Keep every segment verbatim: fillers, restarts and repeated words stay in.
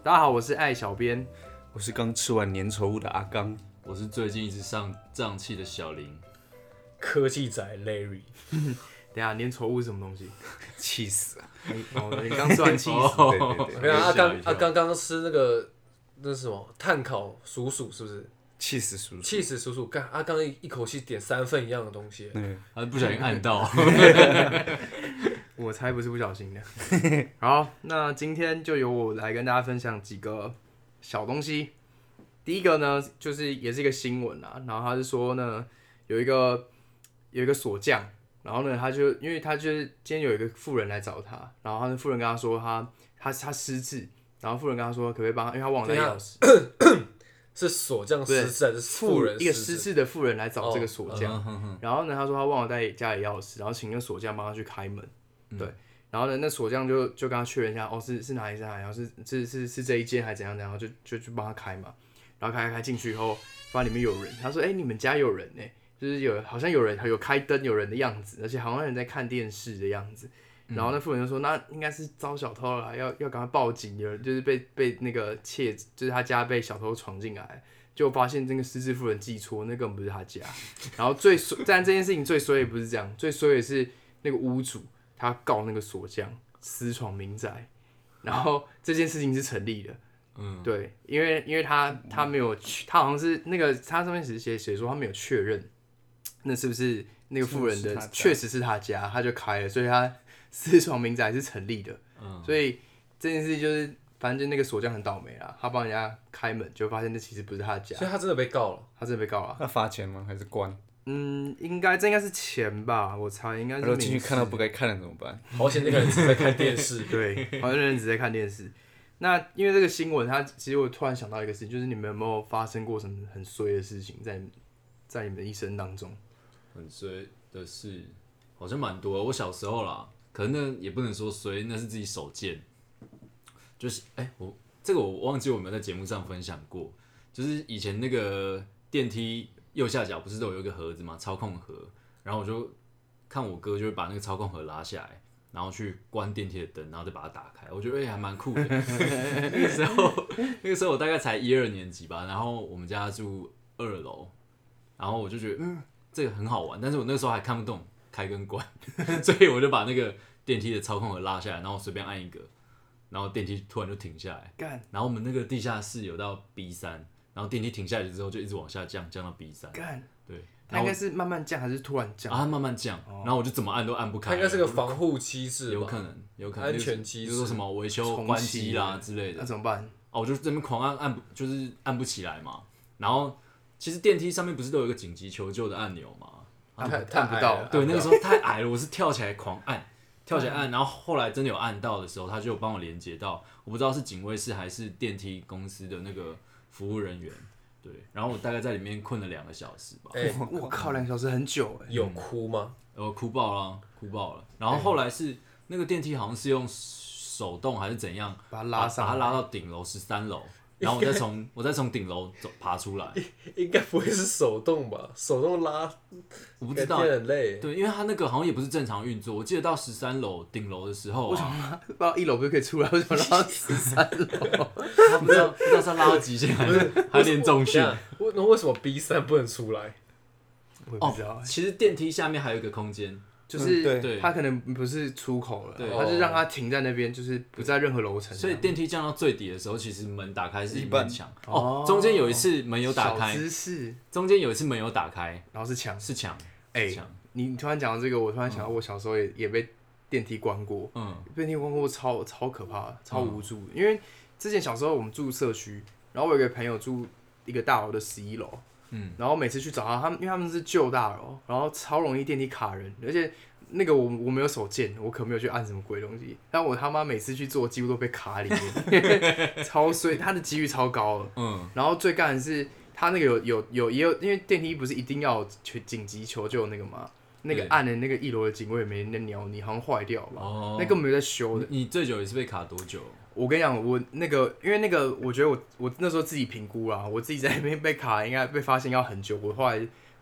大家好，我是艾小编， 我是刚吃完粘稠物的阿刚， 我是最近一直上胀气的小林， 科技仔 Larry。 等一下粘稠物是什么东西？ 气死了！ 你哦，你刚吃完气死， 哦对对对， 没有，阿刚吓一跳阿刚刚吃那个那是什么碳烤鼠鼠是不是？ 气死叔叔！ 气死鼠鼠，干阿刚一一口气点三份一样的东西。 对， 他不小心按到。 我才不是不小心的。好，那今天就由我来跟大家分享几个小东西。第一个呢，就是也是一个新闻啊，然后他是说呢，有一个有一个锁匠，然后呢，他就因为他就是今天有一个富人来找他，然后他的富人跟他说他他他失智，然后富人跟他说可不可以帮他，因为他忘了带钥匙。 是锁匠失智还是富人一个失智的富人来找这个锁匠， 哦然后呢，他说他忘了带家里钥匙，然后请那个锁匠帮他去开门， 嗯对，然后呢，那锁匠就就跟他确认一下，哦，是是哪里是哪里，然后是是是是这一间还是怎样怎样，然后就就去帮他开嘛，然后开开开进去以后，发现里面有人，他说，哎、欸，你们家有人呢、欸，就是有好像有人有开灯有人的样子，而且好像有人在看电视的样子。然后那妇人就说：“那应该是遭小偷了，要要赶快报警。有人就是被被那个窃，就是他家被小偷闯进来，就发现这个失智妇人记错，那根本不是他家。然后最衰，但这件事情最衰也不是这样，最衰的是那个屋主他告那个锁匠私闯民宅，然后这件事情是成立的。嗯，对，因为因为他他没有，他好像是那个他上面只是写写说他没有确认，那是不是那个妇人的确实是他家，他就开了，所以他。”私闯民宅是成立的，嗯、所以这件事就是，反正就那个锁匠很倒霉啦，他帮人家开门，就发现这其实不是他的家， 所以他真的被告了， 他真的被告了。 那罚钱吗？还是关？ 嗯，应该这应该是钱吧，我猜应该是。 如果进去看到不该看的怎么办？ 好险那个人只在看电视， 对，好像那人只在看电视。那因为这个新闻，他其实我突然想到一个事，就是你们有没有发生过什么很衰的事情在在你们的一生当中？ 很衰的事好像蛮多的，我小时候啦。可能那也不能说衰，那是自己手贱。就是哎、欸，我这个我忘记我有没有在节目上分享过。就是以前那个电梯右下角不是都有一个盒子吗？操控盒。然后我就看我哥就会把那个操控盒拉下来，然后去关电梯的灯，然后再把它打开。我觉得哎、欸、还蛮酷的。那个时候那个时候我大概才一二年级吧，然后我们家住二楼，然后我就觉得嗯这个很好玩，但是我那个时候还看不懂。开跟关，所以我就把那个电梯的操控盒拉下来，然后随便按一个，然后电梯突然就停下来。干，然后我们那个地下室有到 B 三，然后电梯停下来之后就一直往下降，降到 B 三。 干， 对， 它应该是慢慢降还是突然降？ 啊，它慢慢降，然后我就怎么按都按不开。 它应该是个防护机制吧， 有可能，有可能安全机制， 比如说什么维修关机啦之类的。 那怎么办？ 哦，我就这边狂按按不，就是按不起来嘛。然后其实电梯上面不是都有一个紧急求救的按钮吗？ 按不按不到， 对，那个时候太矮了，我是跳起来狂按，跳起来按，然后后来真的有按到的时候，他就有帮我连接到，我不知道是警卫室还是电梯公司的那个服务人员，对，然后我大概在里面困了两个小时吧。 哎、欸， 我靠，两个小时很久哎。 有哭吗？ 我哭爆了，哭爆了。然后后来是那个电梯好像是用手动还是怎样， 把它拉上， 把它拉到顶楼十三楼。然后我再从我再从顶楼走爬出来， 应该不会是手动吧？手动拉， 我不知道， 很累。 对，因为它那个好像也不是正常运作。我记得到十三楼顶楼的时候、啊， 为什么不知道一楼不是可以出来？为什么拉到十三楼？ 他不知道不知道是拉到极限还是还练重训？ 那为什么 B 三不能出来？ 我也不知道、欸哦。其实电梯下面还有一个空间。 就是对， 它可能不是出口了， 对， 它是让它停在那边，就是不在任何楼层。 所以电梯降到最底的时候，其实门打开是一面墙。 哦， 中间有一次门有打开， 小知识。 中间有一次门有打开， 然后是墙， 是墙。 哎、欸，你突然讲到这个，我突然想到我小时候也、嗯、也被电梯关过，嗯，被电梯关过超超可怕，超无助、嗯。因为之前小时候我们住社区，然后我有一个朋友住一个大楼的十一楼。嗯，然后每次去找他，他们因为他们是旧大楼，然后超容易电梯卡人，而且那个我我没有手贱，我可没有去按什么鬼东西，但我他妈每次去做，几乎都被卡里面，超衰，他的几率超高了。嗯，然后最干的是他那个有有有也有，因为电梯不是一定要紧急求救那个吗？那个按的那个一楼的警卫没人鸟你，好像坏掉吧？哦，那根本没有在修的。 你最久一次被卡多久？ 我跟你讲，我那个，因为那个，我觉得我我那时候自己评估啦，我自己在那边被卡，应该被发现要很久。我后来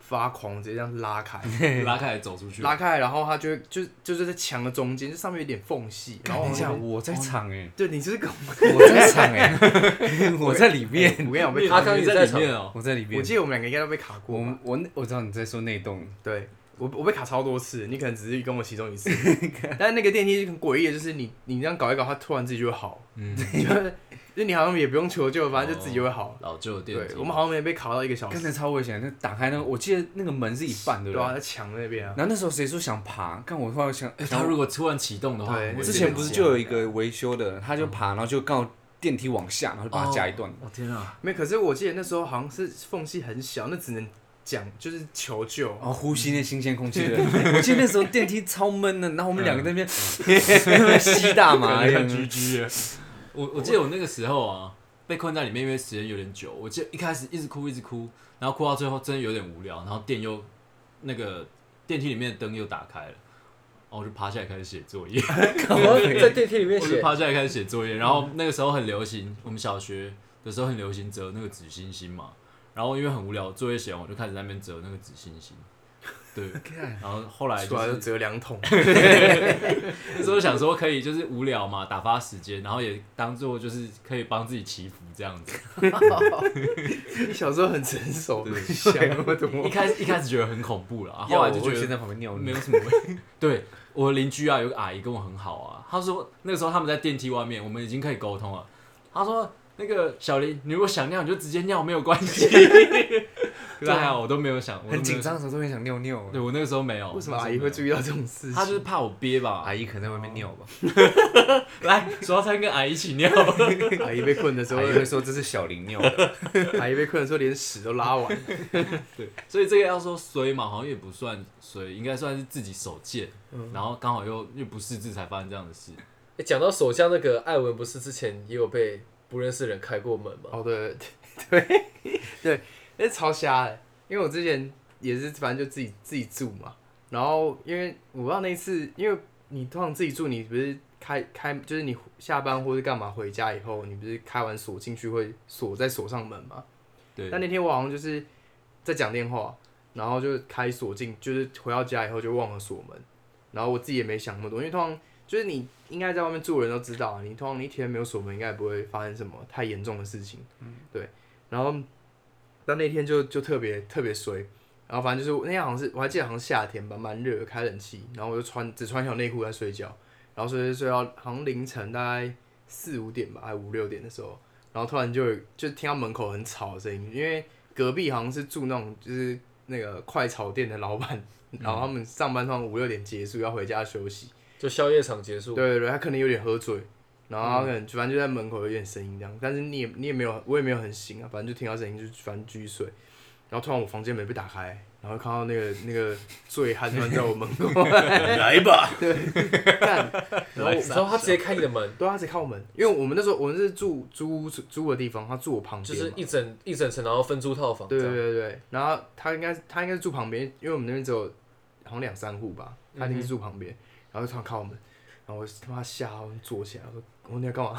发狂，直接这样拉开， 拉开来走出去， 拉开，然后他就会就就是在墙的中间，就上面有点缝隙，然后等一下，我在场哎， 对你就是跟我在场哎，我在里面， 我跟你讲，我被阿卡过， 康你在里面哦， 我在里面。 我记得我们两个应该都被卡过吧。 我我我知道你在说那栋， 对我我被卡超多次，你可能只是跟我其中一次，但是那个电梯很诡异的，就是你你这样搞一搞，它突然自己就会好， 嗯， 就是就你好像也不用求救，反正就自己就会好。 老旧的电梯， 对，我们好像没被卡到一个小时， 刚才超危险，那打开那个，我记得那个门是一半的， 对啊，在墙那边啊。 然后那时候谁说想爬？看我后来想， 欸他如果突然启动的话， 对之前不是就有一个维修的，他就爬，然后就刚好电梯往下，然后就把它夹一段。 哦天啊！ 没，可是我记得那时候好像是缝隙很小，那只能讲就是求救。 然后呼吸那新鲜空气的，我记得那时候电梯超闷的，然后我们两个在那边吸大麻， 很 G G 我我记得我那个时候啊，被困在里面，因为时间有点久。我记得一开始一直哭一直哭，然后哭到最后真的有点无聊，然后电又那个电梯里面的灯又打开了，然后我就爬起来开始写作业。 在电梯里面写， 我就爬起来开始写作业。然后那个时候很流行，我们小学的时候很流行折那个纸星星嘛。然后因为很无聊，作业写完我就开始在那边折那个纸星星。对，然后后来出来就折两桶。 那时候想说可以就是无聊嘛，打发时间，然后也当做就是可以帮自己祈福这样子。 你小时候很成熟，想那么多。 一开始一开始觉得很恐怖了，后来就觉得先在旁边尿， 没有什么味。对，我的邻居啊，有个阿姨跟我很好啊，她说那个时候他们在电梯外面，我们已经可以沟通了。她说那个小林，你如果想尿你就直接尿，没有关系。可是还好我都没有想， 很紧张的时候都很想尿尿。 对我那个时候没有。 为什么阿姨会注意到这种事情？ 她就是怕我憋吧。 阿姨可能在外面尿吧。 来，说到餐跟阿姨一起尿。 阿姨被困的时候， 阿姨会说这是小林尿的。 阿姨被困的时候连屎都拉完。 对，所以这个要说衰嘛，好像也不算衰，应该算是自己手贱，嗯、然后刚好又又不识字才发生这样的事。 欸、讲到手相那个艾文，不是之前也有被不认识人开过门吗？ 哦，对对对对，那超瞎的，因为我之前也是，反正就自己自己住嘛。然后因为我不知道那一次，因为你通常自己住，你不是开开，就是你下班或是干嘛回家以后，你不是开完锁进去会锁再锁上门嘛？ 对。 但那天我好像就是在讲电话，然后就开锁进，就是回到家以后就忘了锁门，然后我自己也没想那么多，因为通常就是你应该在外面住的人都知道啊，你通常你一天没有锁门，应该也不会发生什么太严重的事情，嗯，对。然后但那天就就特别特别衰。然后反正就是那天好像是我还记得好像夏天吧，蛮热，开冷气，然后我就穿只穿条内裤在睡觉，然后睡睡到好像凌晨大概四五点吧，还五六点的时候，然后突然就有就听到门口很吵的声音，因为隔壁好像是住那种就是那个快炒店的老板，然后他们上班通常五六点结束要回家休息， 就宵夜场结束。 对对对，他可能有点喝醉，然后他可能反正就在门口有点声音这样，但是你也你也没有我也没有很醒啊，反正就听到声音就反正继续睡。然后突然我房间门被打开，然后看到那个那个醉汉突然在我门口， 来吧， 对，干，然后然后他直接开你的门， 对，他直接开我门，因为我们那时候我们是住租租的地方，他住我旁边， 就是一整一整层，然后分租套房。 对对对对，然后他应该他应该是住旁边，因为我们那边只有好像两三户吧，他一定是住旁边，然后突然靠我们，然后我他妈吓到坐起来，我说我说你要干嘛？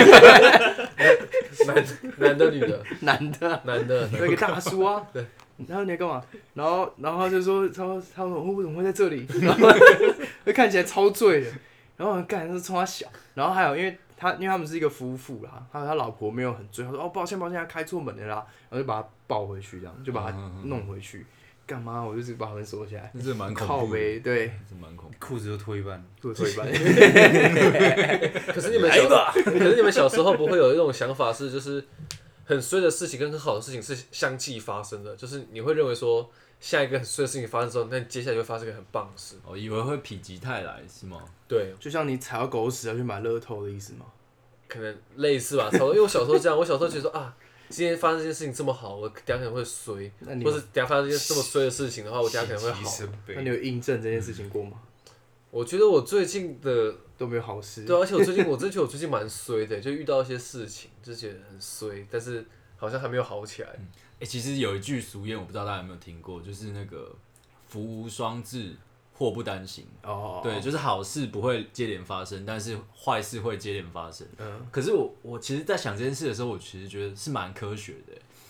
男男的女的？ 男的， 男的， 有一个大叔啊，对，然后你要干嘛？然后然后他就说，他说他说我为什么会在这里？然后就看起来超醉的，然后干是冲他小，然后还有因为他因为他们是一个夫妇啦，还有他老婆没有很醉，他说哦抱歉抱歉，他开错门了啦，然后就把他抱回去，这样就把他弄回去。干嘛？我就是把门锁起来， 这是蛮恐怖的。 靠背，对， 这蛮恐怖。 裤子都脱一半， 裤子脱一半。 可是你们小，可是你们小时候不会有一种想法是，就是很衰的事情跟很好的事情是相继发生的，就是你会认为说，下一个很衰的事情发生之后，那接下来就会发生一个很棒的事。 我、哦、以为会否极泰来是吗？ 对， 就像你踩到狗屎要去买乐透的意思吗？ 可能类似吧，差不多。因为我小时候这样，我小时候觉得说啊。今天发生这件事情这么好，我等下可能会衰，或是等下发生一件这么衰的事情的话，我等下可能会好。 那你有印证这件事情过吗？ 我觉得我最近的都没有好事。 对、啊，而且我最近我真觉得我最近蛮衰的，就遇到一些事情，就觉得很衰，但是好像还没有好起来。哎、 嗯欸，其实有一句俗谚，我不知道大家有没有听过，就是那个福无双至，祸不单行。哦，对，就是好事不会接连发生，但是坏事会接连发生。嗯，可是我我其实，在想这件事的时候，我其实觉得是蛮科学的，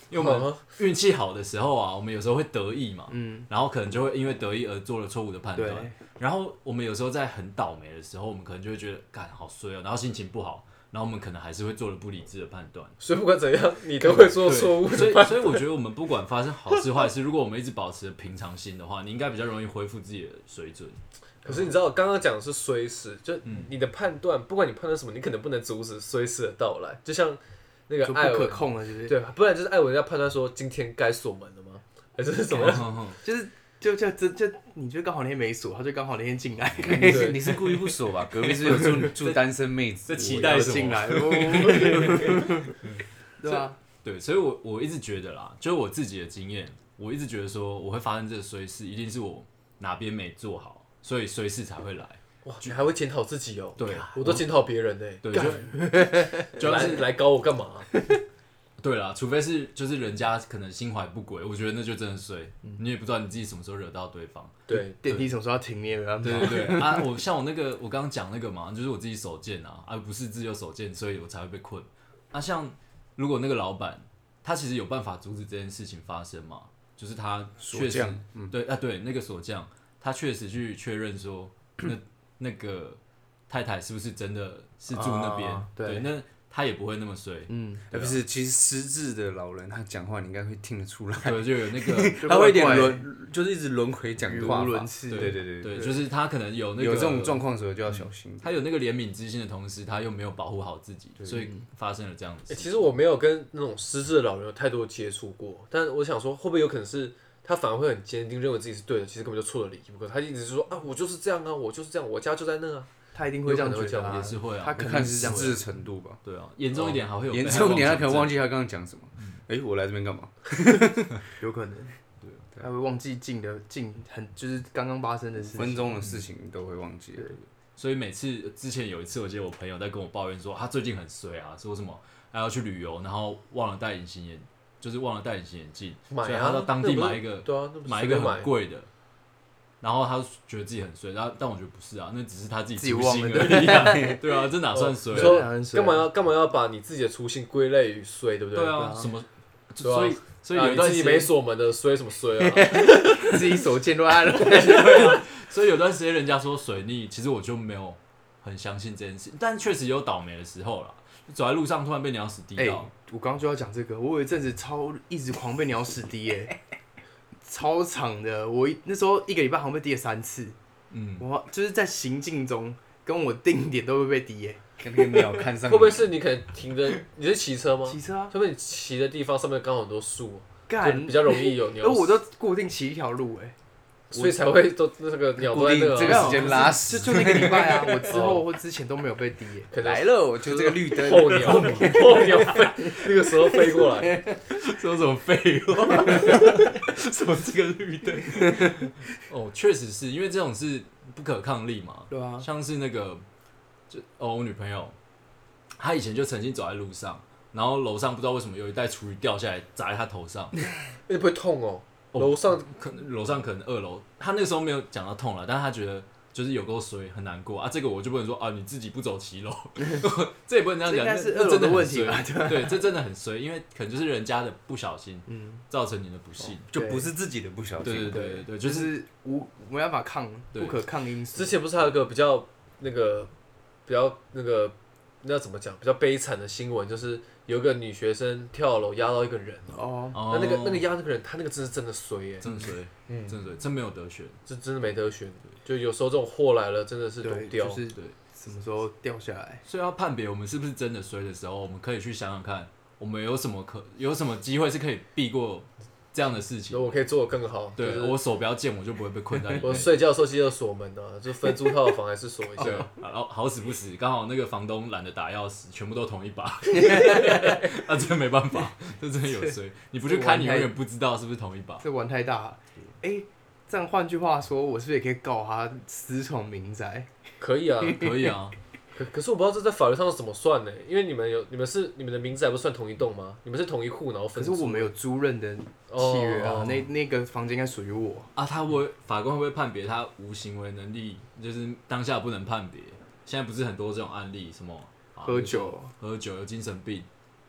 因为我们运气好的时候啊，我们有时候会得意嘛， 嗯， 然后可能就会因为得意而做了错误的判断。 对， 然后我们有时候在很倒霉的时候，我们可能就会觉得干好衰哦，然后心情不好，然后我们可能还是会做了不理智的判断。 所以不管怎样，你都会做错误所以的判断。 所以我觉得我们不管发生好事坏事，如果我们一直保持平常心的话，你应该比较容易恢复自己的水准。 可是你知道，刚刚讲的是衰事，就嗯你的判断，不管你判断什么，你可能不能阻止衰事的到来。就像那个就不可艾文， 控了，是不是？ 对，不然就是艾文要判断说今天该锁门了吗？还是怎么样？ 哼哼就是就就就就你就刚好那天没锁，他就刚好那天进来， 你是你是故意不锁吧？隔壁是有住住单身妹子， 这期待什么进来，哦对吧？ 对，所以我我一直觉得啦，就是我自己的经验，我一直觉得说我会发生这个衰事，一定是我哪边没做好，所以衰事才会来。 哇，你还会检讨自己哦？ 对， 我都检讨别人呢。 对， 干就就来是来搞我干嘛？ 对啦，除非是就是人家可能心怀不轨，我觉得那就真的衰，你也不知道你自己什么时候惹到对方。 对， 电梯什么时候要停，你也没办法。 对对对啊，我像我那个我刚刚讲那个嘛，就是我自己手贱啊，而、啊、不是自由手贱，所以我才会被困。啊，像如果那个老板他其实有办法阻止这件事情发生嘛，就是他确实锁匠，嗯， 对啊对那个锁匠，他确实去确认说那那个太太是不是真的是住那边、 啊对对，那他也不会那么衰。 嗯， 哎不是，其实失智的老人他讲话你应该会听得出来， 对，就有那个他会有点怪怪轮，就是一直轮回讲语话法无伦次。 对对对对， 对， 就是他可能有那个有这种状况的时候就要小心。 他有那个怜悯之心的同时，他又没有保护好自己，所以发生了这样的欸、 事。 其实我没有跟那种失智的老人有太多的接触过，但我想说，会不会有可能是他反而会很坚定，认为自己是对的，其实根本就错了离不可。他一直是说啊，我就是这样啊，我就是这样，我家就在那啊。 他一定会这样觉得啊， 也是会啊他肯看定是这样失智的程度吧， 对啊，严重一点还会有严重一点他可能忘记。 记他刚刚讲什么。哎，我来这边干嘛？ 有可能，他会忘记近的近很就是刚刚发生的事情， 分钟的事情都会忘记。 所以每次之前有一次，我记得我朋友在跟我抱怨说，他最近很衰啊，说什么他要去旅游，然后忘了带隐形眼，就是忘了带隐形眼镜， 买啊所以他到当地买一个， 对啊，那不是买一个随便很贵的。然后他觉得自己很衰，然后但我觉得不是啊，那只是他自己自己粗忘了心而已啊。对啊，这哪算衰啊？ 你说对很衰干嘛要干嘛要把你自己的粗心归类于衰，对不对？ 对啊，什么？ 对啊所以所以啊有一段时间你自己没锁门的衰什么衰啊？ 自己手贱乱了。 对啊，所以有段时间人家说水逆，其实我就没有很相信这件事，但确实有倒霉的时候啦。走在路上突然被鸟屎滴哎、 到， 我刚刚就要讲这个，我有一阵子超一直狂被鸟屎滴耶，超长的，我一那时候一个礼拜好像被滴了三次， 嗯， 我就是在行进中跟我定点都会被滴耶， 跟那个鸟看上你， 会不会是你可能停的？你是骑车吗？ 骑车啊， 会不会你骑的地方上面刚好很多树，就干比，较容易有鸟屎？ 而我都固定骑一条路哎， 所以才会都那个鸟都固在那个啊定这个时间拉屎？ 就就那个礼拜啊，我之后或之前都没有被滴耶， 可能来了，我就这个绿灯。 候鸟，候鸟飞，那个时候飞过来， 说什么废话？什么这个绿灯？哦，确实是因为这种是不可抗力嘛。 对啊， 像是那个，就哦，我女朋友，她以前就曾经走在路上，然后楼上不知道为什么有一袋厨余掉下来砸在她头上， 那不会痛哦。 哦楼上可能楼上可能二楼，她那个时候没有讲到痛了，但是她觉得就是有够衰，很难过啊。这个我就不能说啊，你自己不走骑楼，这也不能这样讲， 这应该是那二楼的问题那吧真的很衰对，这真的很衰，因为可能就是人家的不小心嗯， 造成你的不幸。 就不是自己的不小对对心。 对对对， 就就是是无没办法抗， 对不可抗因素。 之前不是还有一个比较那个比较那个那要怎么讲比较悲惨的新闻，就是有一个女学生跳楼压到一个人， 哦， 哦那那个那个压那个人，他那个真是真的衰耶， 真的衰， 嗯， 真的衰，真没有得选。 这真的没得选。就有时候这种祸来了，真的是对， 懂掉。 就是对， 什么时候掉下来？ 所以要判别我们是不是真的衰的时候，我们可以去想想看，我们有什么可有什么机会是可以避过这样的事情所以。我可以做得更好。 对、 就是我手不要贱，我就不会被困在里我面。 睡觉的时候记得锁门啊，就分租套房还是锁一对下。， 然后好死不死，刚好那个房东懒得打钥匙，全部都同一把，那、真的没办法，这真的有衰。你不去开，你永远不知道是不是同一把。 这玩太大了。哎、这样换句话说，我是不是也可以告他私闯民宅？ 可以啊， 可以啊， 可可是我不知道这在法律上是怎么算呢？因为你们有你们是你们的名字还不算同一栋吗？你们是同一户，然后可分租。 是我们有租赁的契约啊， 哦那那个房间应该属于我。 啊，他会法官会不会判别他无行为能力，就是当下不能判别？现在不是很多这种案例，什么、啊喝酒、 喝酒有精神病，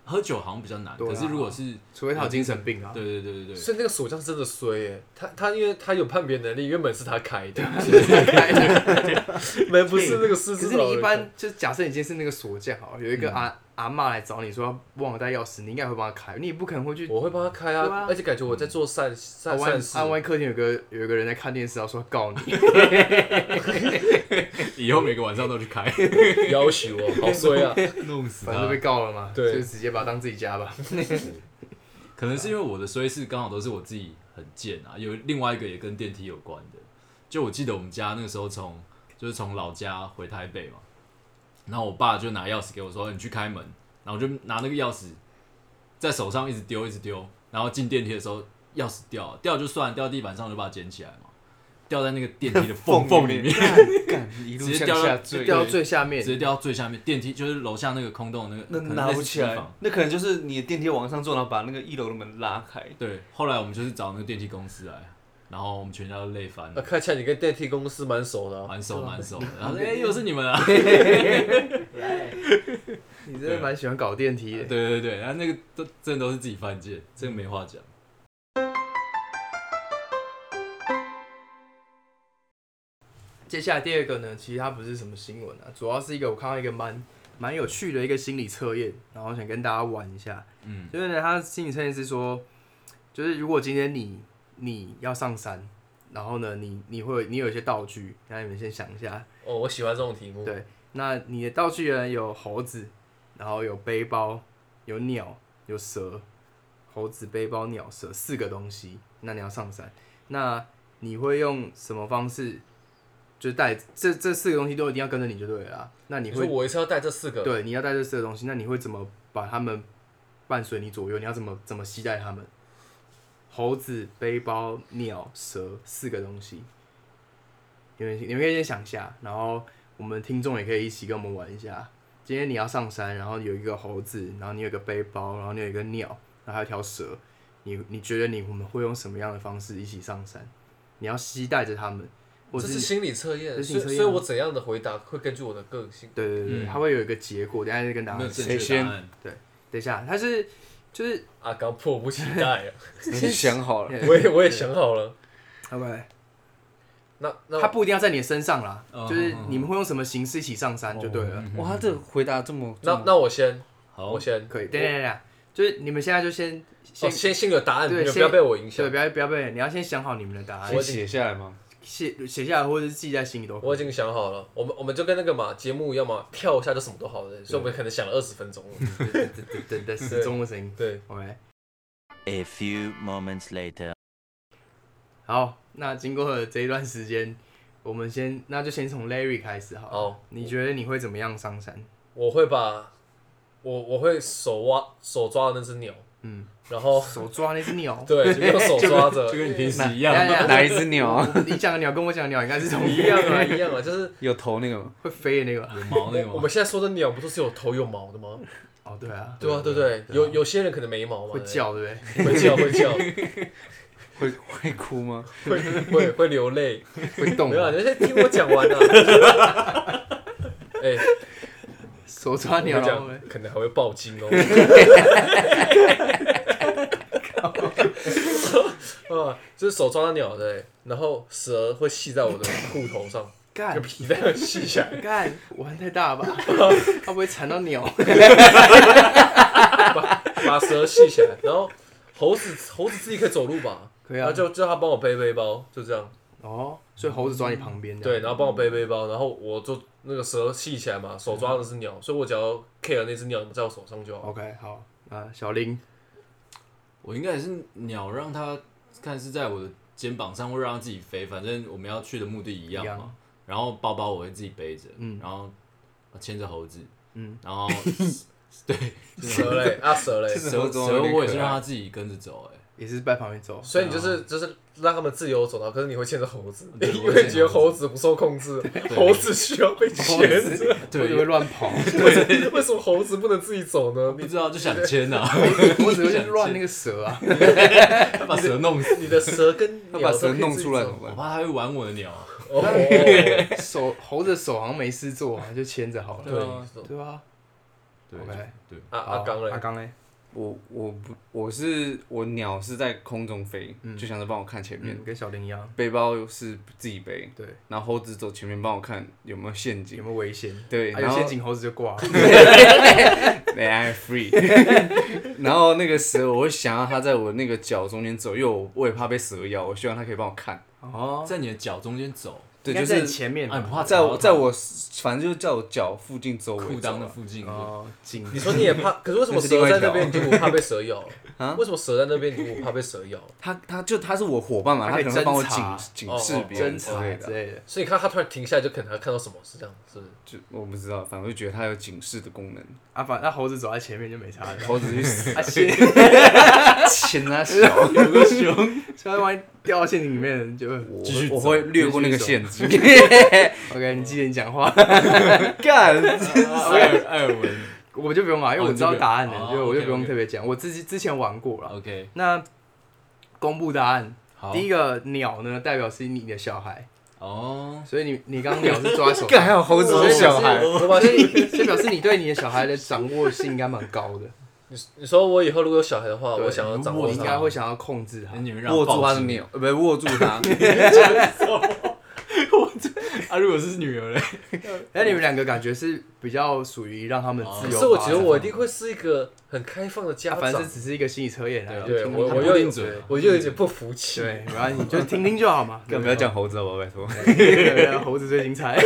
喝酒好像比较难， 对啊可是如果是除非他有精神病啊。 对对对对对， 所以那个锁匠真的衰耶，他他因为他有判别能力，原本是他开的，门不是那个失可是你一智老人般就假设你今天是那个锁匠好了，有一个阿、阿嬷来找你说忘了带钥匙，你应该会帮他开，你也不可能会去。 我会帮他开啊， 对啊而且感觉我在做善啊善万善事啊，。万一客厅有个有一个人在看电视，然后说告你， 以后每个晚上都去开， 要求哦，好衰啊！ 弄死反正就被告了嘛， 对就直接把它当自己家吧。 可能是因为我的衰事刚好都是我自己很贱啊，有另外一个也跟电梯有关的。就我记得我们家那个时候从就是从老家回台北嘛，然后我爸就拿钥匙给我说：“你去开门。”然后我就拿那个钥匙在手上一直丢一直丢，然后进电梯的时候钥匙掉了，掉就算了，掉地板上我就把它捡起来嘛，掉在那个电梯的缝缝里面， 干一路向直接掉到下坠， 掉到最下面直，接掉到最下面。电梯就是楼下那个空洞的那个， 那可能拿不起来类似机房。， 那可能就是你的电梯往上坐，然后把那个一楼的门拉开。 对，后来我们就是找那个电梯公司来，然后我们全家都累翻啊， 了， 看起来你跟电梯公司蛮熟的啊。 蛮熟蛮熟的。然后说：“哎、又是你们啊！” 你真的蛮喜欢搞电梯的。 对对对，然后那个都真的都是自己犯贱，这个没话讲。 接下来第二个呢，其实它不是什么新闻啊，主要是一个我看到一个蛮蛮有趣的一个心理测验，然后想跟大家玩一下。 嗯， 就是呢，它心理测验是说，就是如果今天你你要上山，然后呢，你你会你有一些道具，让你们先想一下。 哦，我喜欢这种题目。 对，那你的道具呢有猴子，然后有背包，有鸟，有蛇，猴子、背包、鸟、蛇四个东西。那你要上山，那你会用什么方式？就带这这四个东西都一定要跟着你就对了啦。那你你说会我一次要带这四个？ 对，你要带这四个东西，那你会怎么把它们伴随你左右？你要怎么怎么携带它们？猴子、背包、鸟、蛇四个东西，你们你们可以先想一下，然后我们听众也可以一起跟我们玩一下。今天你要上山，然后有一个猴子，然后你有一个背包，然后你有一个鸟，然后还有一条蛇，你你觉得你我们会用什么样的方式一起上山？你要携带着它们。 这是心理测验，所以这是心理测验啊所以我怎样的回答会根据我的个性。 对对对， 嗯它会有一个结果，等一下再跟大家讲。 没有正确答案。 等一下，它是就是阿刚迫不及待啊！ 你想好了， 我也我也想好了。 OK， 那那它不一定要在你的身上啦， 哦就是你们会用什么形式一起上山就对了。 哇，他这个回答这么， 那那我先， 好， 我先可以，等等等等，就是你们现在就先哦先先先有答案，你对先们不要被我影响对，不。要不要被，你要先想好你们的答案先，写下来吗？ 写写下来或者是记在心里都可以。 我已经想好了，我们我们就跟那个嘛节目一样嘛，跳一下就什么都好了，所以我们可能想了二十分钟了。 对对对对对，时钟的声音。 对， OK， A few moments later. 好，那经过了这一段时间，我们先那就先从 Larry 开始好了。 好， 你觉得你会怎么样上山？ 我会把，我我会手挖手抓的那只鸟， 嗯， 然后手抓那只鸟。 对，就用手抓着， 就跟你平时一样。 等一下哪一只鸟啊？ 你讲的鸟跟我讲的鸟应该是同一样啊一样啊，就是有头那个吗？ 会飞的那个吧。 有毛那个吗？ 我们现在说的鸟不都是有头有毛的吗？ 哦，对啊， 对啊，对不对？有有些人可能没毛嘛， 会叫，对不对？ 会叫会叫， 会会哭吗？ 会会会流泪。 会动没有啊， 吗。 你先听我讲完啊。哎， 手抓我鸟，然后讲可能还会爆惊哦。啊，就是手抓到鸟的，然后蛇会系在我的裤头上，就干皮带系起来， 干，玩太大吧？它不会缠到鸟？ 把把蛇系起来，然后猴子猴子自己可以走路吧？ 可以啊然后。就叫他帮我背背包，就这样。 哦，所以猴子抓你旁边。 对，然后帮我背背包，然后我就那个蛇系起来嘛，手抓的是鸟，所以我只要 care 那只鸟在我手上就好。 OK，好啊，小林， 我应该也是鸟，让它看是在我的肩膀上，或让它自己飞，反正我们要去的目的一样嘛。 一样然后包包我会自己背着， 嗯然后牵着猴子， 嗯， 然后对蛇嘞，啊蛇嘞， 蛇这猴子有蛇我也点可爱是让它自己跟着走，哎， 也是在旁边走。 所以你就是就是让他们自由走到，可是你会牵着猴子， 对因为觉得猴子不受控制，猴子需要被牵着。 对，会乱跑， 对，为什么猴子不能自己走呢？ 不知道就想牵啊， 我只会去乱那个蛇啊。 把蛇弄死， 你的蛇跟他鸟把蛇弄都可以自己走我出来怎么办？ 怕它会玩我的鸟。 哦， 手猴子手好像没事做啊，就牵着好了。 对啊对吧对 ？OK， 对， 啊好阿刚嘞阿，刚嘞， 我我不我是我鸟是在空中飞，就想着帮我看前面， 嗯，跟小林一样， 背包是自己背， 对， 然后猴子走前面帮我看有没有陷阱有，没有危险？ 对， 啊然后有陷阱猴子就挂了。 they are free，然后那个蛇我会想要它在我那个脚中间走，因为我我也怕被蛇咬，我希望它可以帮我看， 哦， 在你的脚中间走， 对， 应该在就是前面吧， 啊，你不怕在我在我我反正就是在我脚附近周围裤走啊裆的附近， 哦，紧你说你也怕，可是为什么那是另外一条蛇在那边你就不怕被蛇咬？ 啊为什么蛇在那边你就不怕被蛇咬？ 他他就他是我伙伴嘛， 他可以他可能会帮我警侦查警哦哦示别人侦查之类的， 之类的。 所以你看他突然停下来，就可能他看到什么，是这样，是不是？ 就我不知道，反正我就觉得它有警示的功能。 啊，反那猴子走在前面就没差了。 猴子去死， 啊，先牵它小，有个熊， 所以万一掉到陷阱里面就我继续走我会略过那个陷阱。 OK，你记得你讲话， 干， 艾尔艾尔文我就不用啊，因为我知道答案哦了， 你就不用就我就不用 OK，OK 特别讲。我自己之前玩过了。 ，OK， 那公布答案， 好， 第一个鸟呢，代表是你的小孩， 哦， 所以你你刚刚鸟是抓在手干还上， 有猴子是小孩， 我把所以所以表示你对你的小孩的掌握性应该蛮高的。 你你说我以后如果有小孩的话， 对我想要掌握你应该他。 会想要控制它那。你们让握住他抱紧的鸟，呃，不是握住他。 啊，如果是女儿嘞， 那你们两个感觉是比较属于让他们自由发展。 可是我觉得我一定会是一个很开放的家啊，反长正，只是一个心理测验啊。 对就听我我又他不一定准对我就有点不服气。 对，没关系，就听听就好嘛。 干不要讲猴子好不好？拜托。 对猴子最精彩。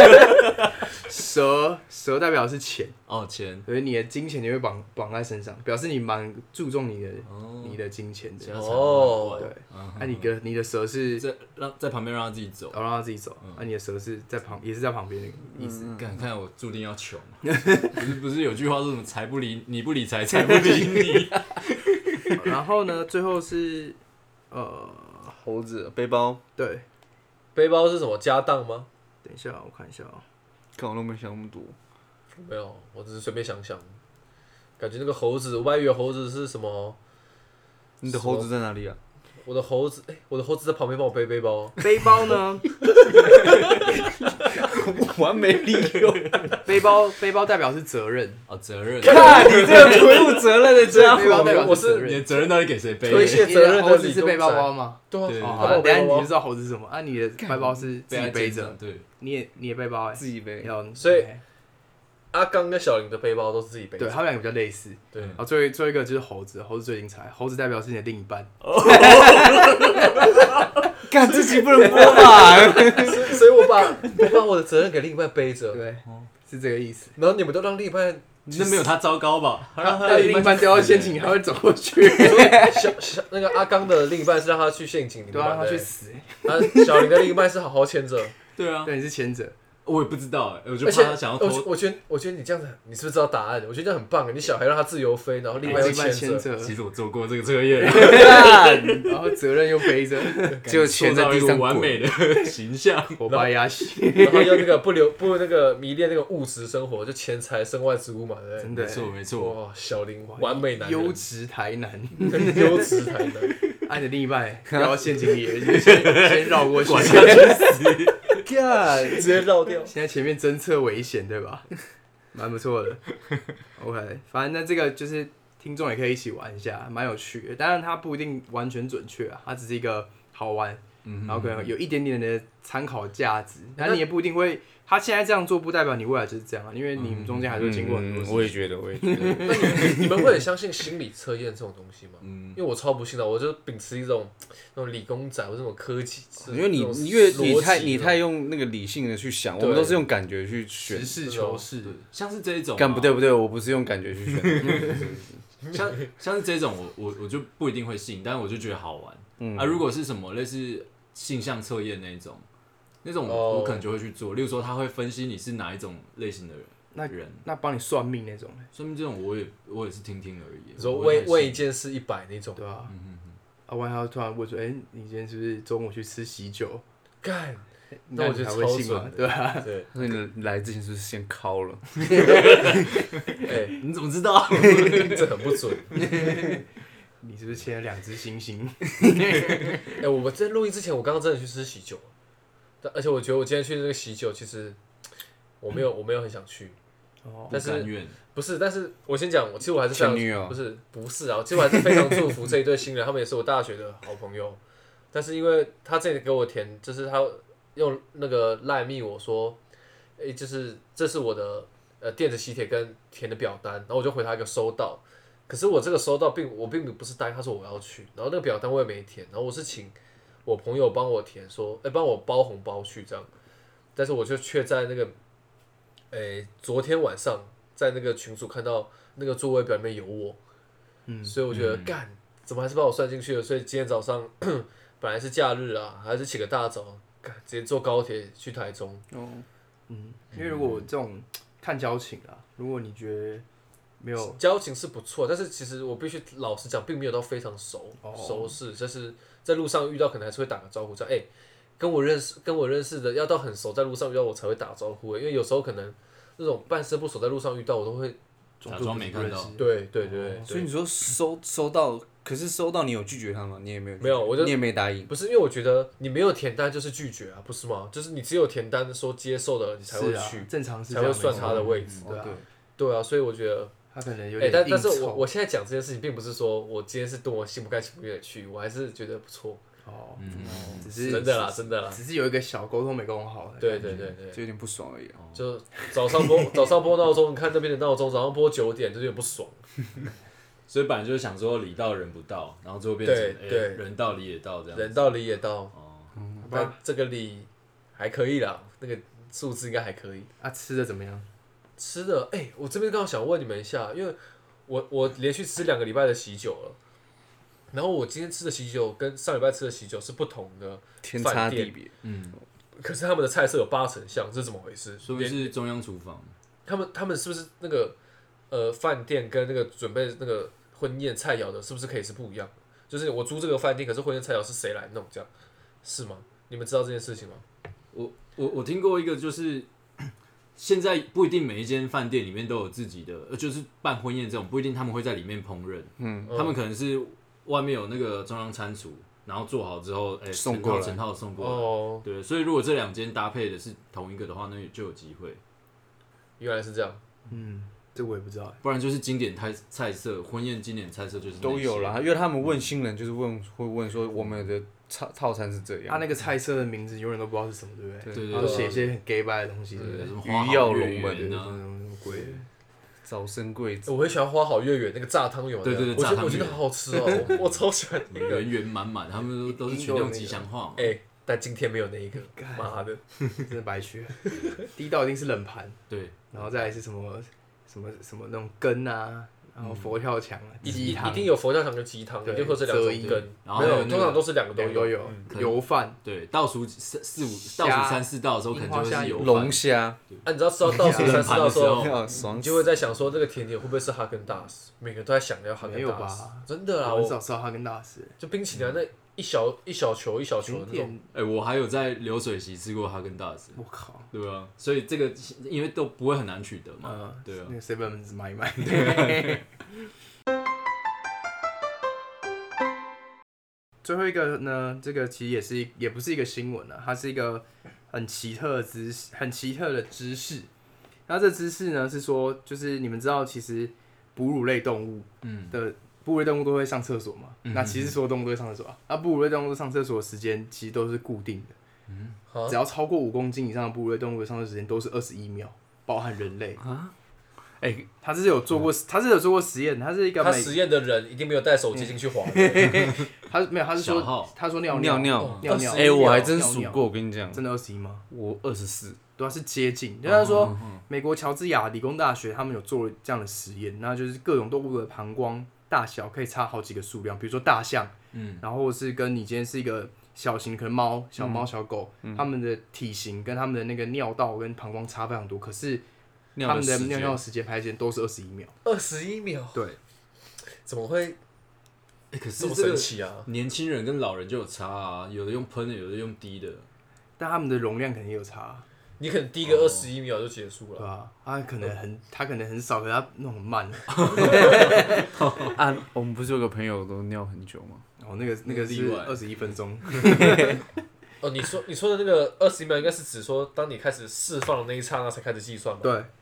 蛇蛇代表是钱， 哦，钱， 所以你的金钱你会绑绑在身上，表示你蛮注重你的哦你的金钱的。 家产哦对， 嗯那你的你的蛇是在让在旁边让他自己走， 哦让它自己走，那你的蛇是在旁也是在旁边那个意思。 看看我注定要穷，不是不是有句话说什么财不理你不理财，财不理你， 然后呢，最后是呃， 猴子背包， 对， 背包是什么家当吗？ 等一下我看一下啊。 看我都没想那么多。 没有，我只是随便想想。感觉那个猴子，我本来以为猴子是什么？ 你的猴子在哪里啊？ 我的猴子，哎、我的猴子在旁边帮我背背包。 背包呢？ 完美利用。 背包背包代表是责任， 哦，责任， 看你这个不负责任的家伙。 背包代表我是是责任。 你的责任到底给谁背？ 推卸责任的猴子理工是背包仔包吗？ 对啊， 对哦， 他好了， 帮我背包包等一下你就知道猴子是什么啊？你的背包是自背在己背着肩上，，对， 你也你也背包哎， 自己背。 要所以 OK 阿刚跟小林的背包都是自己背着。 对他们两个比较类似。 对， 然后最后最后一个就是猴子，猴子最精彩，猴子代表是你的另一半。 干自己不能播吧？ 所所以我把我把我的责任给另一半背着， 对，是这个意思。 然后你们都让另一半那没有他糟糕吧？他让他他另一半掉到陷阱，还会走过去。 小小那个阿刚的另一半是让他去陷阱里面对啊，让嘛，对他去死。 啊，小林的另一半是好好牵着。 对啊， 对，你是前者。 我也不知道哎，我就而且怕他想要我偷。 我觉得我觉得你这样子，你是不是知道答案？我觉得这样很棒，你小孩让他自由飞，然后另一半又另一半牵着。 牵着， 其实我做过这个测验， 然后责任又背着， 就牵在地塑造一上个完美的形象。 火把压西。 然后又那个不留不那个迷恋那个物质生活，就钱财身外之物嘛，对不真的没错没对？ 错， 哇，小林完美男人， 优质台南， 优质台南， 按你的另一半掉到陷阱里了，你就先先绕过去。 干， 直接绕掉。 现在前面侦测危险，对吧？蛮不错的。OK，反正那这个就是听众也可以一起玩一下，蛮有趣的。当然它不一定完全准确啊，它只是一个好玩， 嗯然后可能有一点点的参考价值。但你也不一定会，他现在这样做不代表你未来就是这样啊，因为你们中间还是会经过很多事情。 我也觉得，我也觉得。 那你们你们会很相信心理测验这种东西吗？ 嗯因为我超不信的，我就秉持一种那种理工仔或者那种科技， 因为你那种因为你逻辑太你的太用那个理性的去想，我们对都是用感觉去选实。事求是对，像是这一种啊， 干不对不对，我不是用感觉去选。 像像是这种我我我就不一定会信，但是我就觉得好玩。 嗯啊，如果是什么类似性向测验那一种，那种哦我可能就会去做。例如说，他会分析你是哪一种类型的人， 那人， 那帮你算命那种， 说明这种我也我也是听听而已。 你说我不会太信问问一件事一百那种， 对吧、啊？ 嗯嗯啊，万一他突然问说：“哎、你今天是不是中午去吃喜酒干，？”那我觉你还得超会信吗准？的对啊， 对， 所以你来之前是不是先敲了？ 哎， 嗯，你怎么知道？ 这很不准。 你是不是牵了两只星星？ 哎，我们在录音之前，我刚刚真的去吃喜酒，但而且我觉得我今天去那个喜酒，其实我没有我没有很想去， 哦， 但是不甘愿不是，但是我先讲，我其实我还是非常前女友不是不是啊，其实我还是非常祝福这一对新人，他们也是我大学的好朋友。但是因为他之前给我填，就是他用那个赖密我说，诶、就是这是我的呃电子喜帖跟填的表单，然后我就回他一个收到。可是我这个收到并我并不是答应他说我要去，然后那个表单我也没填，然后我是请我朋友帮我填说，哎、帮我包红包去这样，但是我就却在那个，诶、昨天晚上在那个群组看到那个座位表里面有我，嗯，所以我觉得干、怎么还是把我算进去了，所以今天早上本来是假日啊，还是起个大早，干直接坐高铁去台中， 哦，嗯，因为如果这种看交情啊，如果你觉得没有交情是不错，但是其实我必须老实讲，并没有到非常熟、 哦熟识，就是在路上遇到可能还是会打个招呼，这样哎、欸跟我认识跟我认识的要到很熟，在路上遇到我才会打招呼、欸，因为有时候可能那种半生不熟在路上遇到，我都会假装没看到。 对对对对， 所以你说收收到，可是收到你有拒绝他吗？你也没有拒绝， 没有我就你也没答应。 不是因为我觉得你没有填单就是拒绝啊，不是吗？就是你只有填单说接受的你才会是啊去， 正常是才会算他的位置， 对啊， 对啊，所以我觉得。 他可能有哎、 点但但是硬凑我我现在讲这件事情，并不是说我今天是多么心不甘情不愿的去，我还是觉得不错， 哦， 嗯， 只是真的啦，真的啦， 只是有一个小沟通没沟通好的， 对对对对， 就有点不爽而已啊。 就早上播早上播闹钟，你看那边的闹钟，早上播九点，就有点不爽。 所以本来就是想说礼到人不到，然后最后变成哎对对人到礼也到这样子。 人到礼也到， 哦， 但这个礼还可以啦，那个数字应该还可以。 啊，吃的怎么样？ 吃的，哎、我这边刚好想问你们一下，因为我我连续吃两个礼拜的喜酒了，然后我今天吃的喜酒跟上礼拜吃的喜酒是不同的， 天差地别。 嗯， 可是他们的菜色有八成像，这是怎么回事？ 说明是中央厨房。 他们他们是不是那个呃饭店跟那个准备那个婚宴菜肴的，是不是可以是不一样的？就是我租这个饭店，可是婚宴菜肴是谁来弄这样，是吗？你们知道这件事情吗？ 我我我听过一个，就是现在不一定每一间饭店里面都有自己的，呃，就是办婚宴这种，不一定他们会在里面烹饪，嗯，他们可能是外面有那个中央餐厨，然后做好之后，哎、欸， 送过来整套送过来， 哦， 对，所以如果这两间搭配的是同一个的话，那就有机会， 原来是这样。 嗯，这我也不知道欸。 不然就是经典菜菜色，婚宴经典菜色就是那些都有啦，因为他们问新人就是问会问说我们的套套餐是这样， 他那个菜色的名字永远都不知道是什么，对不对？ 对对然后写一些很 gay 掰的东西，对不对？ 对什么鱼跃花好月龙门圆啊， 什么鬼的？ 早生贵子。 我很喜欢花好月圆那个炸汤圆， 对对对我觉炸汤圆得我觉得好好吃哦，我我超喜欢那个。 圆圆满满，他们都都是取那种吉祥话嘛。 哎、但今天没有那一个，妈的！ 真的白学。第一道一定是冷盘， 对， 然后再来是什么什么什么那种羹啊，然后佛跳墙啊， 一鸡汤一定有佛跳墙跟鸡汤， 对一定会有这两种择一羹，没有， 然后还有那个通常都是两个都都有嗯油饭， 对，倒数四四五倒虾数三四道的时候，可能就会是有龙饭虾， 啊，你知道吃到倒数三四道的时候， 要爽死你就会在想说，这个甜点会不会是哈根达斯？每个人都在想要哈根没有达斯吧， 真的啦， 我很我少吃到哈根达斯。 就冰淇淋啊那一小一小球一小球的那种， 经典， 哎、我还有在流水席吃过哈根达斯， 我靠， 对啊，所以这个因为都不会很难取得嘛， 嗯， 对啊那，个 seven 买一买。最后一个呢，这个其实也是一也不是一个新闻啊，它是一个很奇特的知识，很奇特的知识。那这知识呢是说，就是你们知道，其实哺乳类动物嗯， 的哺乳类动物都会上厕所嘛？ 嗯那其实所有动物都会上厕所啊。那哺乳类动物上厕所的时间其实都是固定的， 啊只要超过五公斤以上的哺乳类动物的上厕所时间都是二十一秒，包含人类。 哎， 他是有做过，他是有做过实验，他是一个美， 他实验的人一定没有带手机进去滑的， 他没有，他是说小号他说尿尿尿尿， 尿尿， 哎，我还真尿尿数过，我跟你讲， 真的二十一吗？ 我二十四， 对啊，是接近。就是他说，美国乔治亚理工大学他们有做了这样的实验，那就是各种动物的膀胱大小可以差好几个数量，比如说大象， 嗯， 然后是跟你今天是一个小型可能猫、小猫、小狗，它们的体型跟它们的那个尿道跟膀胱差非常多，可是它们的尿尿时间排时间都是二十一秒。 二十一秒， 对， 怎么会哎、可这么是这个神奇啊？ 年轻人跟老人就有差啊，有的用喷的，有的用滴的， 但它们的容量肯定也有差， 你可能滴个二十一秒就结束了， 对吧？它可能很，它可能很少，可是它弄很慢。 啊，我们不是有个朋友都尿很久吗？ 哦，那个那个例外是二十一分钟。 哦，你说你说的那个二十一秒，应该是指说当你开始释放的那一刹那才开始计算吧？ 对，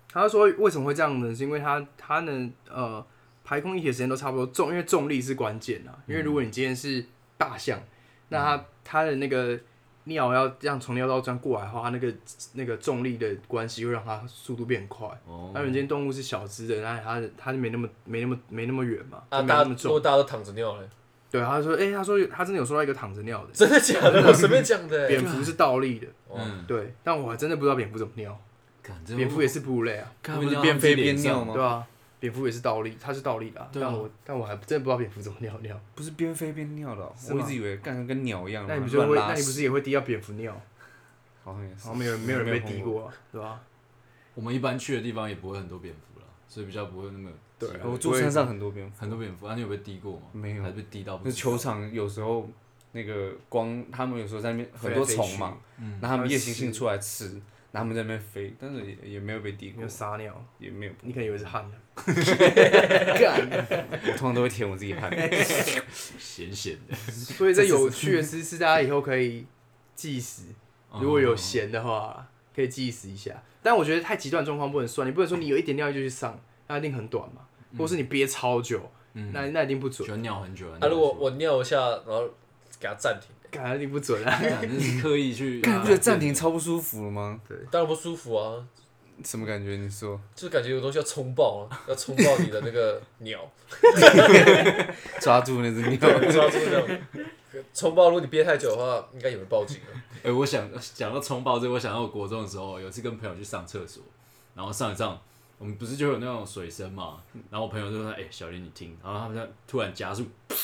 他说为什么会这样呢？是因为他他呢呃排空液体的时间都差不多重，因为重力是关键啊。因为如果你今天是大象，那他他的那个尿要这样从尿道这样过来的话，它那个那个重力的关系会让它速度变快。哦，那人间动物是小只的，那它它就没那么没那么没那么远嘛， 啊， 没那么重。 如果大家都躺着尿嘞？对， 他说，哎、欸，他说他真的有说到一个躺着尿的， 真的假的？我随便讲的。 蝙蝠是倒立的， 嗯， 对，但我还真的不知道蝙蝠怎么尿。蝙蝠也是哺乳类啊， 不是边飞边尿吗？ 对啊，蝙蝠也是倒立，它是倒立的、啊，但我但我还真的不知道蝙蝠怎么尿尿。 不是边飞边尿的、喔，我一直以为干跟鸟一样。 那你不就会？那你不是也会滴到蝙蝠尿？ 好像也是。 好像没有没有人被滴过、啊，对吧？ 我们一般去的地方也不会很多蝙蝠啦，所以比较不会那么。 对， 我住山上很多蝙蝠， 很多蝙蝠。啊，你有被滴过吗？ 没有， 还是被滴到不？ 就是球场有时候那个光，他们有时候在那边很多虫嘛，嗯，然后他们夜行性出来吃，然后他们在那边飞，但是也也没有被滴过。 没有撒尿， 也没有。 你可能以为是汗呢。 干！我通常都会舔我自己汗， 咸咸的。 所以这有趣的是，是大家以后可以计时，如果有闲的话，可以计时一下。但我觉得太极端的状况不能算，你不能说你有一点尿就去上，那一定很短嘛。或是你憋超久，嗯、那那一定不准。 喜欢尿很久。 啊，如果我尿一下，然后给它暂停， 感觉一定不准啊！ 那是刻意去。 你不觉得暂停超不舒服了吗？ 对， 当然不舒服啊。 什么感觉？你说？ 就是感觉有东西要冲爆了，要冲爆你的那个鸟， 抓住那只鸟， 抓住那种冲爆。如果你憋太久的话，应该也会报警了。 哎、欸，我想讲到冲爆这个，我想到我国中的时候，有一次跟朋友去上厕所，然后上一上。我们不是就有那种水声嘛，然后我朋友就说：“哎、欸，小林你听。”然后他们就突然加速，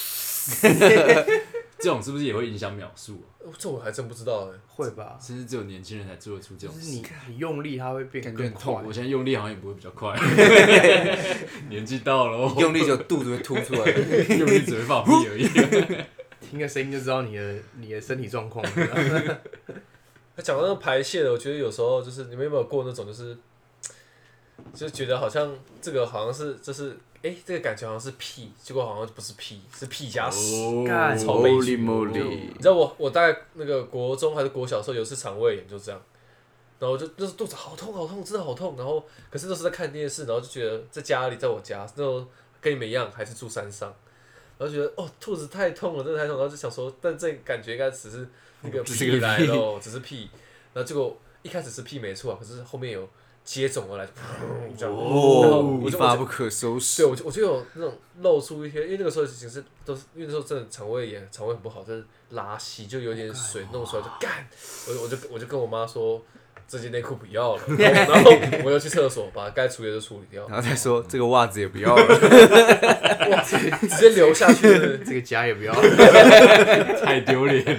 这种是不是也会影响秒数、啊？ 这我还真不知道哎、欸， 会吧？ 其实只有年轻人才做得出这种事。 就是你你用力，它会变更快。 我现在用力好像也不会比较快，年纪到了， 用力就肚子会凸出来， 用力只会放屁而已。 听个声音就知道你的你的身体状况。 讲到那个排泄的，我觉得有时候就是你们有没有过那种就是。就觉得好像这个好像是就是哎、欸，这个感觉好像是屁，结果好像不是屁，是屁加屎， 干超悲剧。 你知道我我大概那个国中还是国小的时候有一次肠胃炎就这样，然后就就是肚子好痛好痛，真的好痛，然后可是都是在看电视，然后就觉得在家里，在我家那时候跟你们一样还是住山上，然后觉得哦肚子太痛了，真的太痛，然后就想说，但这感觉应该只是那个屁来咯，只是屁，然后结果一开始是屁没错啊，可是后面有。接踵而来，这样， 哦，一发不可收拾。 对，我就我就有那种露出一些，因为那个时候其实都是，因为那时候真的肠胃炎，肠胃很不好，就是拉稀，就有点水弄出来就干，我我就我就跟我妈说，这件内裤不要了，然后, 然后我又去厕所把该处理的就处理掉， 然后再说这个袜子也不要了， 哇，直接流下去了， 这个家也不要了， 太丢脸。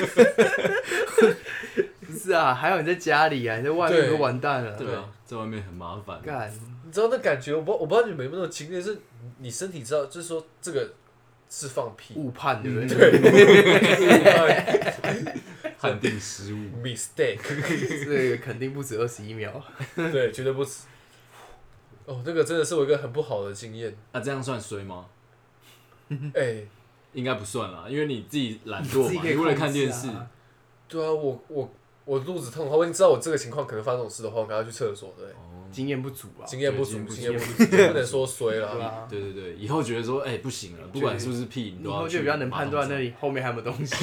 是啊，还有你在家里啊，你在外面都完蛋了。 对啊，在外面很麻烦。 干， 你知道那感觉？我不我不知道你们有没有那种经历，是你身体知道，就是说这个是放屁， 误判对不对？ 对， 判定失误 ，mistake， 这个肯定不止二十一秒。 对，绝对不止。哦，那个真的是我一个很不好的经验。 啊，这样算衰吗？ 哎、欸， 应该不算啦，因为你自己懒惰嘛，你为了看电视。 对啊，我我我肚子痛的话，我已经知道我这个情况可能发生这种事的话，我赶快去厕所，对。 哦，经验不足啊。 经验不足，经验不足，不能说衰了。 对对对，以后觉得说，哎、欸，不行了，不管是不是屁，你都要。 以后就比较能判断那里后面还有没有东西。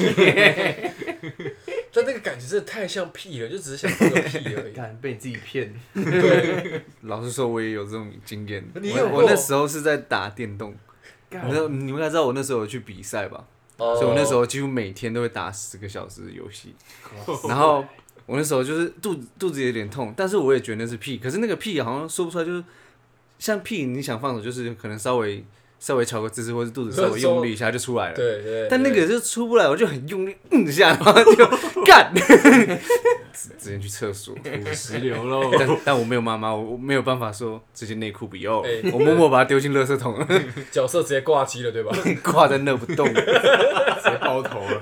但那个感觉真的太像屁了，就只是想放个屁而已。 干，被你自己骗。 对。 老实说，我也有这种经验。 你有我？我那时候是在打电动。你知道你们应该知道我那时候有去比赛吧？ 哦、 所以我那时候几乎每天都会打十个小时的游戏。然后我那时候就是肚子肚子有点痛，但是我也觉得那是屁，可是那个屁好像说不出来，就是像屁，你想放手就是可能稍微稍微调个姿势，或是肚子稍微用力一下就出来了。 对 对, 對。 但那个就出不来，我就很用力嗯一下，然后就干，直接去厕所， 土石流喽。 但但我没有妈妈，我没有办法说这件内裤不要，欸、我默默把它丢进垃圾桶了。 角色直接挂机了，对吧？ 挂在那不动，直接包头了。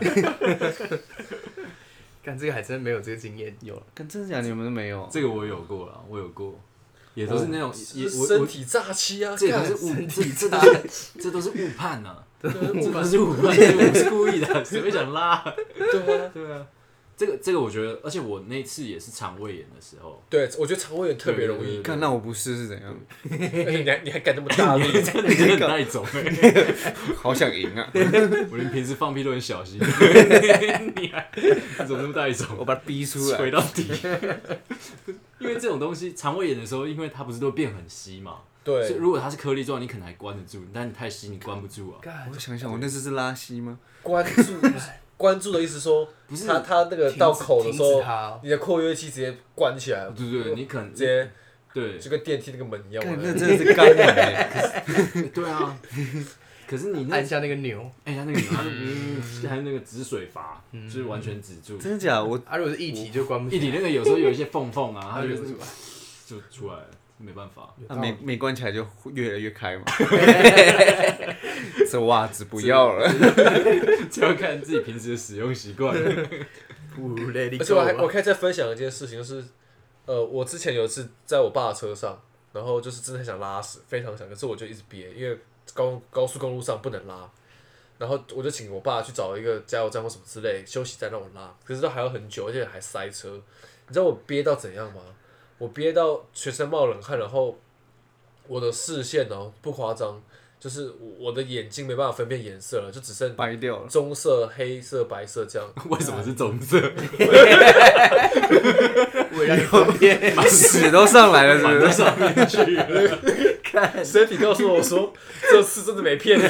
干这个还真没有这个经验， 有了，跟真的假的你们都没有？ 这个我有过啦，我有过，也都是那种、哦、 也身体诈欺啊， 这都是误，这都是这都是误判呐、啊，这都是误判，我不是故意的，谁会想拉？ 对啊， 对啊， 这个这个我觉得，而且我那次也是肠胃炎的时候， 对，我觉得肠胃炎特别容易。 对对对看那我不是是怎样？ 而且你还你还敢那么大力， 真的是很带种哎， 好想赢啊！ 我连平时放屁都很小心，你还你怎么那么带种？ 我把它逼出来吹。到底。因为这种东西，肠胃炎的时候，因为它不是都变很稀嘛，所以对， 如果它是颗粒状，你可能还关得住，但你太稀，你关不住啊。 干我想想，我那次是拉稀吗？ 关注关注的意思说， 不是他他那个到口的时候停止它哦， 你的括约肌直接关起来， 对对对，你可能直接对就跟电梯那个门一样。 干那真的是干门哎！ 对啊。可是你那按下那个钮。 哎，它那个它嗯，还有那个止水阀，就是完全止住。 真的假的？我啊，如果是液体就关不起来。 一体那个有时候有一些缝缝啊，它就它就是是就出来了，没办法。 它没没关起来就越来越开嘛。这袜子不要了。 就要看自己平时的使用习惯。 不累， 而且我还我可以再分享一件事情，就是呃，我之前有一次在我爸的车上，然后就是真的很想拉屎，非常想，可是我就一直憋，因为高高速公路上不能拉，然后我就请我爸去找一个加油站或什么之类休息站让我拉，可是都还要很久，而且还塞车。你知道我憋到怎样吗？我憋到全身冒冷汗，然后我的视线哦不夸张，就是我的眼睛没办法分辨颜色了，就只剩白掉了。 棕色、黑色、白色这样。 为什么是棕色？ 为了让你分辨。 屎都上来了，是不是？ 上面去了。 看， 身体告诉我说，这次真的没骗你。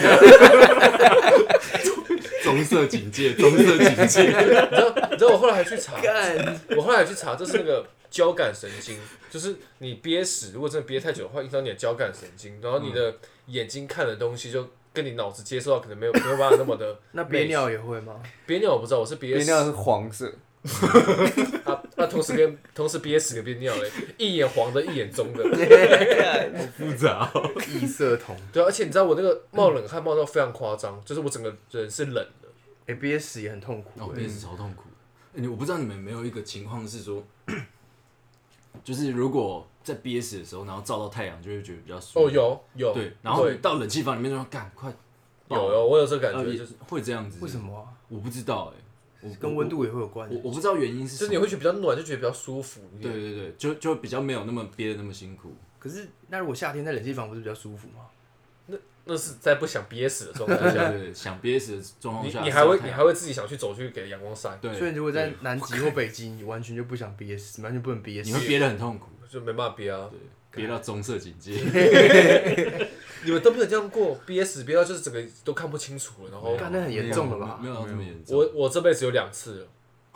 棕色警戒，棕色警戒。 你知道，你知道我后来还去查， 干， 我后来还去查，这是那个交感神经，就是你憋屎，如果真的憋太久的话，影响你的交感神经，然后你的眼睛看的东西就跟你脑子接受到可能没有没有办法那么的。 那憋尿也会吗？ 憋尿我不知道，我是憋屎。 憋尿是黄色。 啊，那同时跟同时憋屎跟憋尿嘞，一眼黄的，一眼棕的。 复杂、哦。 异色瞳。 对啊，而且你知道我那个冒冷汗冒到非常夸张，就是我整个人是冷的。 哎，憋屎也很痛苦。 哦，憋屎超痛苦。你我不知道你们有没有一个情况是说，就是如果在憋屎的时候，然后照到太阳，就会觉得比较舒服。 哦，有有。 对，然后对你到冷气房里面就说干快。 有有，我有这个感呃觉，就是会这样子。 为什么啊？ 我不知道哎、我跟温度也会有关我。我不知道原因是什么。 就是你会觉得比较暖，就觉得比较舒服一点。 对对对，就就比较没有那么憋的那么辛苦。 可是，那如果夏天在冷气房不是比较舒服吗？ 那是在不想憋死的状态对下， 对对，想憋死的状况下， 你你还会晒太阳你还会自己想去走去给阳光晒， 对， 所以如果在对南极或北极，你完全就不想憋死，完全不能憋死。 你会憋得很痛苦， 就没办法憋啊。 对，憋到棕色警戒。 你们都没有这样过，憋死憋到就是整个都看不清楚了，然后干那很严重了吧没有到这么严重。 我我这辈子有两次了，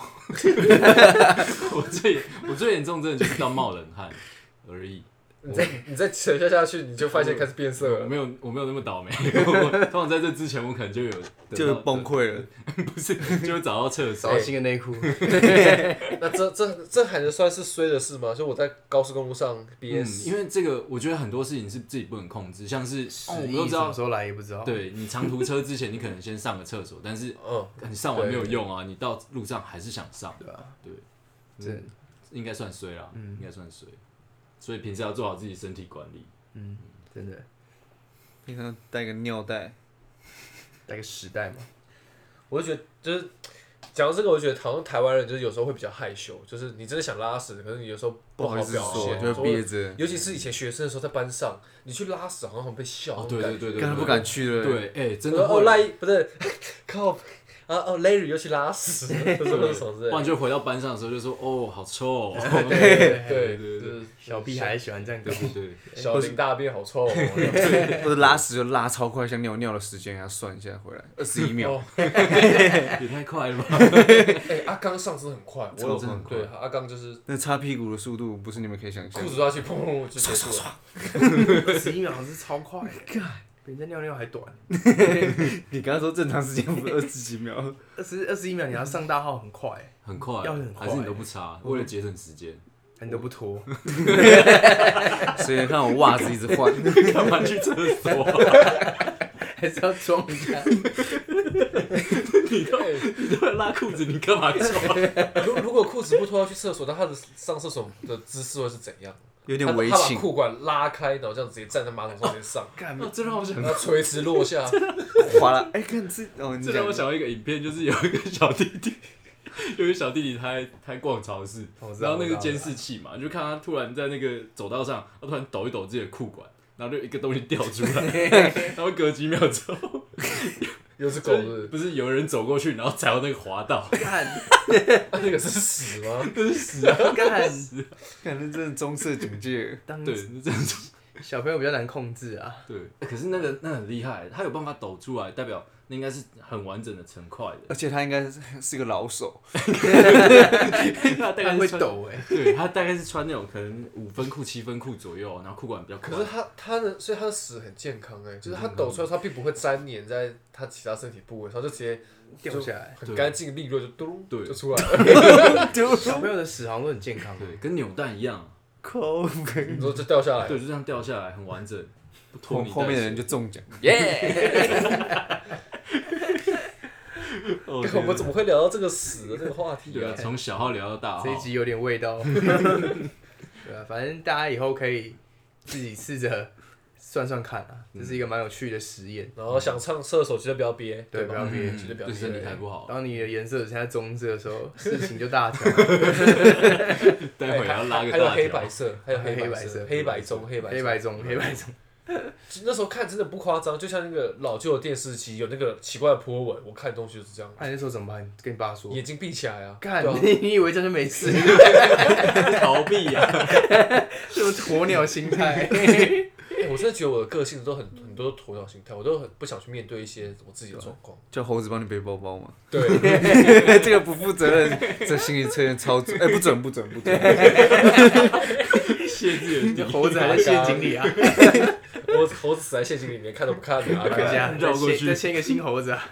我最我最严重真的就是到冒冷汗而已。 你再你再沉下下去，你就发现开始变色了。 我没有我没有那么倒霉，我通常在这之前我可能就有就崩溃了， 不是就会找到厕所找。新的内裤。 那这这这还能算是衰的事吗？就我在高速公路上憋嗯， 死， 因为这个我觉得很多事情是自己不能控制，像是哦，我们都知道失忆什么，时候来也不知道。， 对你长途车之前你可能先上个厕所，但是嗯， 你上完没有用啊，你到路上还是想上， 对啊， 对， 这嗯应该算衰啦， 嗯应该算衰，所以平时要做好自己身体管理。 嗯，真的平常带个尿袋。 带个屎袋嘛。 我就觉得就是讲到这个，我觉得好像台湾人就是有时候会比较害羞，就是你真的想拉屎，可是你有时候不好意思表说， 现， 就会憋着， 尤其是以前学生的时候，在班上，你去拉屎好像很被笑， 哦，对对对对， 根本不敢去了。， 对，哎，真哦哦的会， 赖不是靠啊哦 Larry 又去拉屎，或者或者什么之类的。 不然就回到班上的时候就说，哦，好臭哦， 对对对对就是小屁孩喜欢这样对搞。 对对， 小林大便好臭哦。 或者拉屎就拉超快，像尿尿的时间，要算一下回来，二十一秒。 哦也太快了吧？ 哎，阿刚上身很快，我有超很对阿刚就是那擦屁股的速度不是你们可以想象裤。子抓去砰砰就结束了。 二十一秒是超快的，比人家尿尿还短。 你刚刚说正常时间不是二十几秒？ 二十二十一秒你要上大号很快， 很快， 要很快还是你都不擦，为了节省时间， 你都不脱。 所以看我袜子一直换。 干嘛去厕所？ 还是要装一下。 你都你都要拉裤子，你干嘛装？ 如如果裤子不脱要去厕所，那他的上厕所的姿势会是怎样？ 有他点违情， 他把裤管拉开，然后这样直接站在马桶上面上， 干这让我想， 然后垂直落下。 滑了。哎，看这哦，你讲这让我想到一个影片，就是有一个小弟弟， 有一个小弟弟他在他在逛超市， 我知道然后那个监我知道视器嘛，你就看他突然在那个走道上，他突然抖一抖自己的裤管，然后就一个东西掉出来，然后隔几秒之后， 又是狗是不是？ 不是有人走过去，然后踩到那个滑道， 看啊那个是屎吗？ 这是屎啊！ 看， 感觉真的棕色警戒。 当对，是这样子。 小朋友比较难控制啊。 对，欸可是那个那很厉害，他有办法抖出来，代表那应该是很完整的成块的。 而且他应该是是个老手， 他大概他会是穿， 抖哎、 对他大概是穿那种可能五分裤、七分裤左右，然后裤管比较宽。 可是他他的，所以他的屎很健康哎，就是他抖出来，他并不会粘黏在他其他身体部位，他就直接掉下来。 很干净利落就咚对就出来了。 小朋友的屎好像都很健康。 对，跟扭蛋一样， 抠你说就掉下来， 对，就这样掉下来，很完整，不拖泥带水。 后后面的人就中奖， 耶！ 哦我们怎么会聊到这个屎的这个话题啊对啊，？从小号聊到大号。 这一集有点味道。对啊，反正大家以后可以自己试着算算看啊，这是一个蛮有趣的实验。 然后想上厕所绝对不要憋，吧对不要憋嗯绝对不要憋。 对身体才不好。 当你的颜色现在棕色的时候，事情就大条。 待会要拉个还有大条黑白。色，还有黑白色， 黑白色黑白棕，黑白黑白棕，黑白棕。 那时候看真的不夸张，就像那个老旧的电视机有那个奇怪的波纹，我看东西就是这样， 那你那时候怎么办？跟你爸说。 眼睛闭起来啊， 干， 对啊你你以为这样就没事？ 逃避呀、 这种鸵鸟心态。 欸我真的觉得我的个性都很很多鸵鸟心态，我都很不想去面对一些我自己的状况。 叫猴子帮你背包包嘛。 对， 这个不负责任，这心理测验超准，哎、不准不准不准。 谢自己的这猴子还在陷阱里啊！ 我猴子死在陷阱里面，看都不看你啊！ 等一下， 绕过去再牵一个新猴子啊！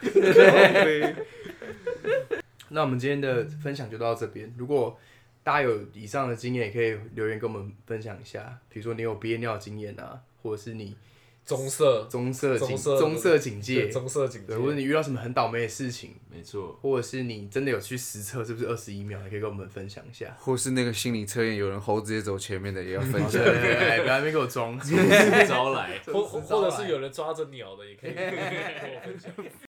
那我们今天的分享就到这边。如果大家有以上的经验，也可以留言跟我们分享一下。比如说你有憋尿经验啊，或者是你棕色， 棕色警棕色棕色警戒对，棕色警戒对，，或者你遇到什么很倒霉的事情， 没错， 或者是你真的有去实测是不是二十一秒，也可以跟我们分享一下。 或是那个心理测验，有人猴直接走前面的，也要分享。 对对对，哎不要在那边给我装。 招来。 或或者是有人抓着鸟的，也可以跟我分享。